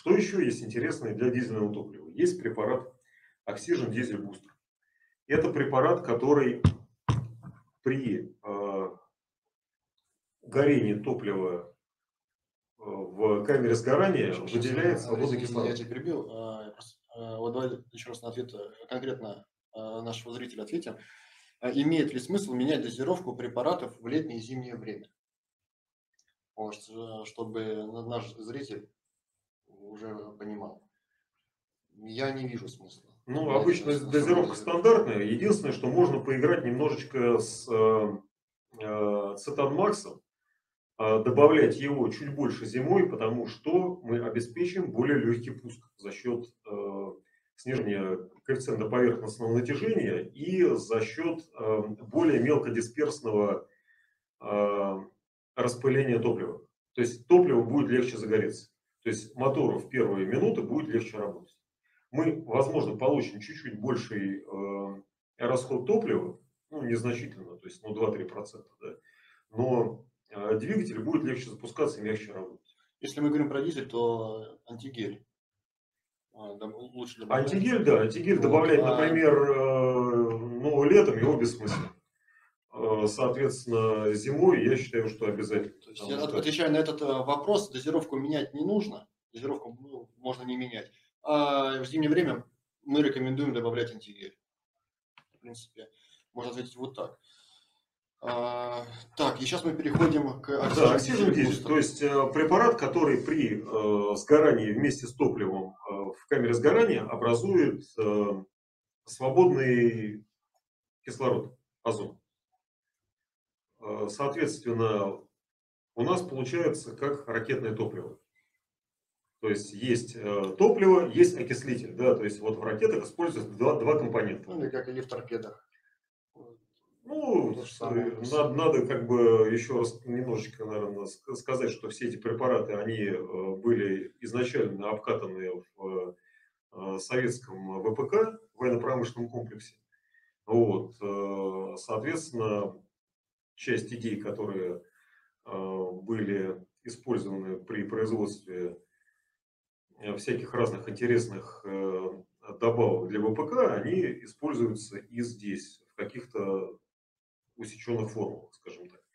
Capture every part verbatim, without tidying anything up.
Что еще есть интересное для дизельного топлива? Есть препарат Oxygen Diesel Booster. Это препарат, который при э, горении топлива в камере сгорания Сейчас, выделяет сейчас, свободный Андрей, кислород. я тебя перебил. А, просто, а, Вот давай еще раз на ответ конкретно а, нашего зрителя ответим. А Имеет ли смысл менять дозировку препаратов в летнее и зимнее время? Вот, э, чтобы наш зритель уже понимал. Я не вижу смысла Ну, менять обычно с- свою дозировка дозировку. стандартная. Единственное, что можно поиграть немножечко с э, э, цетанмаксом, э, добавлять его чуть больше зимой, потому что мы обеспечим более легкий пуск за счет э, снижения коэффициента поверхностного натяжения и за счет э, более мелкодисперсного э, распыления топлива. То есть топливо будет легче загореться. То есть мотору в первые минуты будет легче работать. Мы, возможно, получим чуть-чуть больший э, расход топлива, ну, незначительно, то есть ну, два-три процента, да? Но э, двигатель будет легче запускаться и мягче работать. Если мы говорим про дизель, то антигель а, да, лучше добавлять. Антигель, да, антигель Вот, добавлять, а, например, э, ну, летом его бессмысленно. Э, Соответственно, зимой я считаю, что обязательно. То есть, Потому от- что отвечая на этот э, вопрос, дозировку менять не нужно, дозировку ну, можно не менять. А в зимнее время мы рекомендуем добавлять антигель. В принципе, можно ответить вот так. А, так, и сейчас мы переходим к да, Oxygen Oxygen Diesel Diesel, то Booster. есть э, препарат, который при э, сгорании вместе с топливом э, в камере сгорания образует э, свободный кислород, озон. Э, Соответственно, у нас получается как ракетное топливо. То есть есть э, топливо, есть окислитель. Да? То есть вот в ракетах используются два, два компонента. Ну или как и в торпедах. Ну, То же э, самое. надо, надо как бы еще раз немножечко, наверное, ск- сказать, что все эти препараты, они э, были изначально обкатаны в э, советском ВПК, военно-промышленном комплексе. Вот, э, соответственно, часть идей, которые э, были использованы при производстве э, всяких разных интересных э, добавок для ВПК, они используются и здесь, в каких-то усеченных формулах, скажем так.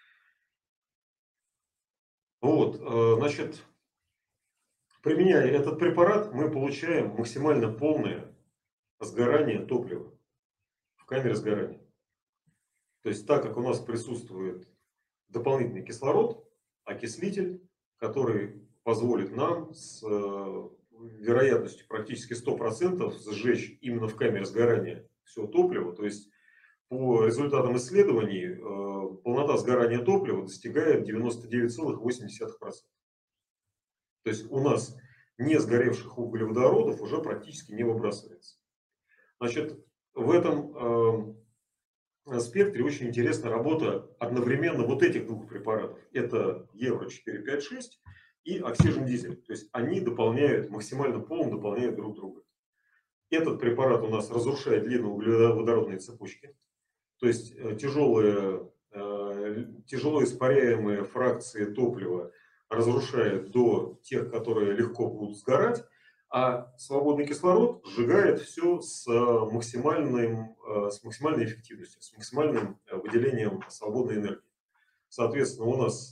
Вот, э, значит, применяя этот препарат, мы получаем максимально полное сгорание топлива в камере сгорания. То есть, так как у нас присутствует дополнительный кислород, окислитель, который позволит нам с э, вероятностью практически сто процентов сжечь именно в камере сгорания все топливо. То есть, по результатам исследований, э, полнота сгорания топлива достигает девяноста девяти целых восьми десятых процента. То есть у нас не сгоревших углеводородов уже практически не выбрасывается. Значит, в этом э, спектре очень интересна работа одновременно вот этих двух препаратов. Это Евро четыре пять шесть и Oxygen Diesel. То есть они дополняют, максимально полно дополняют друг друга. Этот препарат у нас разрушает длинноуглеводородные цепочки. То есть э, тяжелые, э, тяжело испаряемые фракции топлива разрушает до тех, которые легко будут сгорать, а свободный кислород сжигает все с, максимальным, э, с максимальной эффективностью, с максимальным выделением свободной энергии. Соответственно, у нас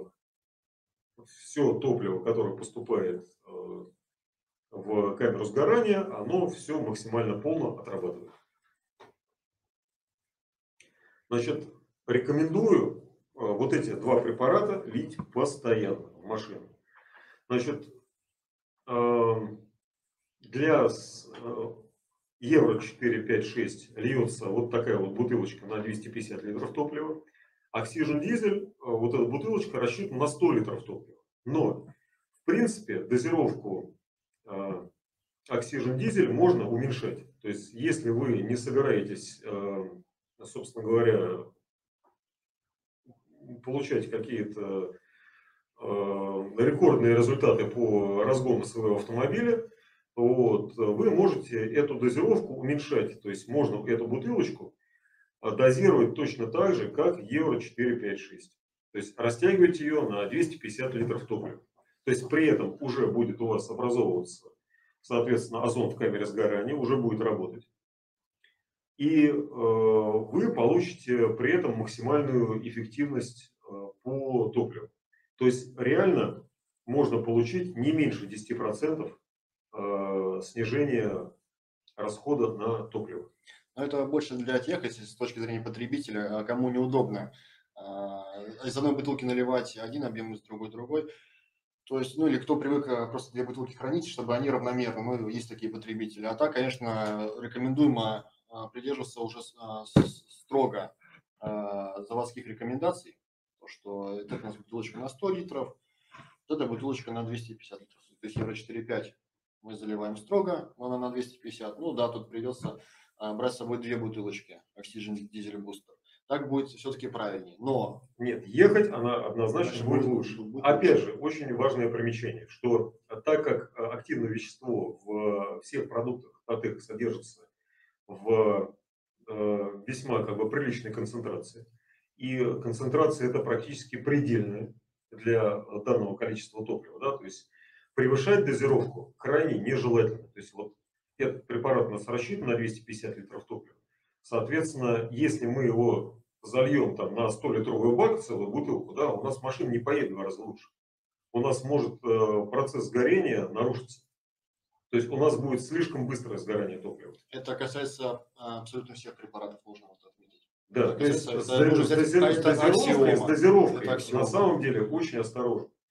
все топливо, которое поступает э, в камеру сгорания, оно все максимально полно отрабатывает. Значит, рекомендую э, вот эти два препарата лить постоянно в машину. Значит, э, для э, Евро четыре пять шесть льется вот такая вот бутылочка на двести пятьдесят литров топлива. Oxygen Diesel, э, вот эта бутылочка рассчитана на сто литров топлива. Но, в принципе, дозировку э, Oxygen Diesel можно уменьшать. То есть, если вы не собираетесь, э, собственно говоря, получать какие-то э, рекордные результаты по разгону своего автомобиля, вот, вы можете эту дозировку уменьшать. То есть можно эту бутылочку дозировать точно так же, как Евро четыре пять шесть. То есть растягивать ее на двести пятьдесят литров топлива. То есть при этом уже будет у вас образовываться, соответственно, озон в камере сгорания, уже будет работать. И э, вы получите при этом максимальную эффективность э, по топливу. То есть реально можно получить не меньше десяти процентов э, снижения расхода на топливо. Но это больше для тех, если с точки зрения потребителя, кому неудобно из одной бутылки наливать один объем, из другой другой. То есть, ну или кто привык просто две бутылки хранить, чтобы они равномерно, ну есть такие потребители. А так, конечно, рекомендуемо придерживаться уже строго заводских рекомендаций, то, что это у нас бутылочка на сто литров, вот эта бутылочка на двести пятьдесят литров. То есть евро четыре пять мы заливаем строго, но она на двести пятьдесят. Ну да, тут придется брать с собой две бутылочки Oxygen Diesel Booster. Так будет все-таки правильнее. Но нет, ехать она однозначно будет лучше. Будет Опять лучше. же, очень важное примечание, что так как активное вещество в всех продуктах АТЭК содержится в э, весьма как бы приличной концентрации, и концентрация это практически предельная для данного количества топлива, да, то есть превышать дозировку крайне нежелательно. То есть вот этот препарат у нас рассчитан на двести пятьдесят литров топлива. Соответственно, если мы его зальем там на сто литровый бак, целую бутылку, да, у нас машина не поедет в два раза лучше. У нас может э, процесс горения нарушиться. То есть у нас будет слишком быстрое сгорание топлива. Это касается абсолютно всех препаратов, нужно вот отметить. Да, это то есть касается, с, дози, с, дози, с дозировкой, с дозировкой на самом деле очень осторожно.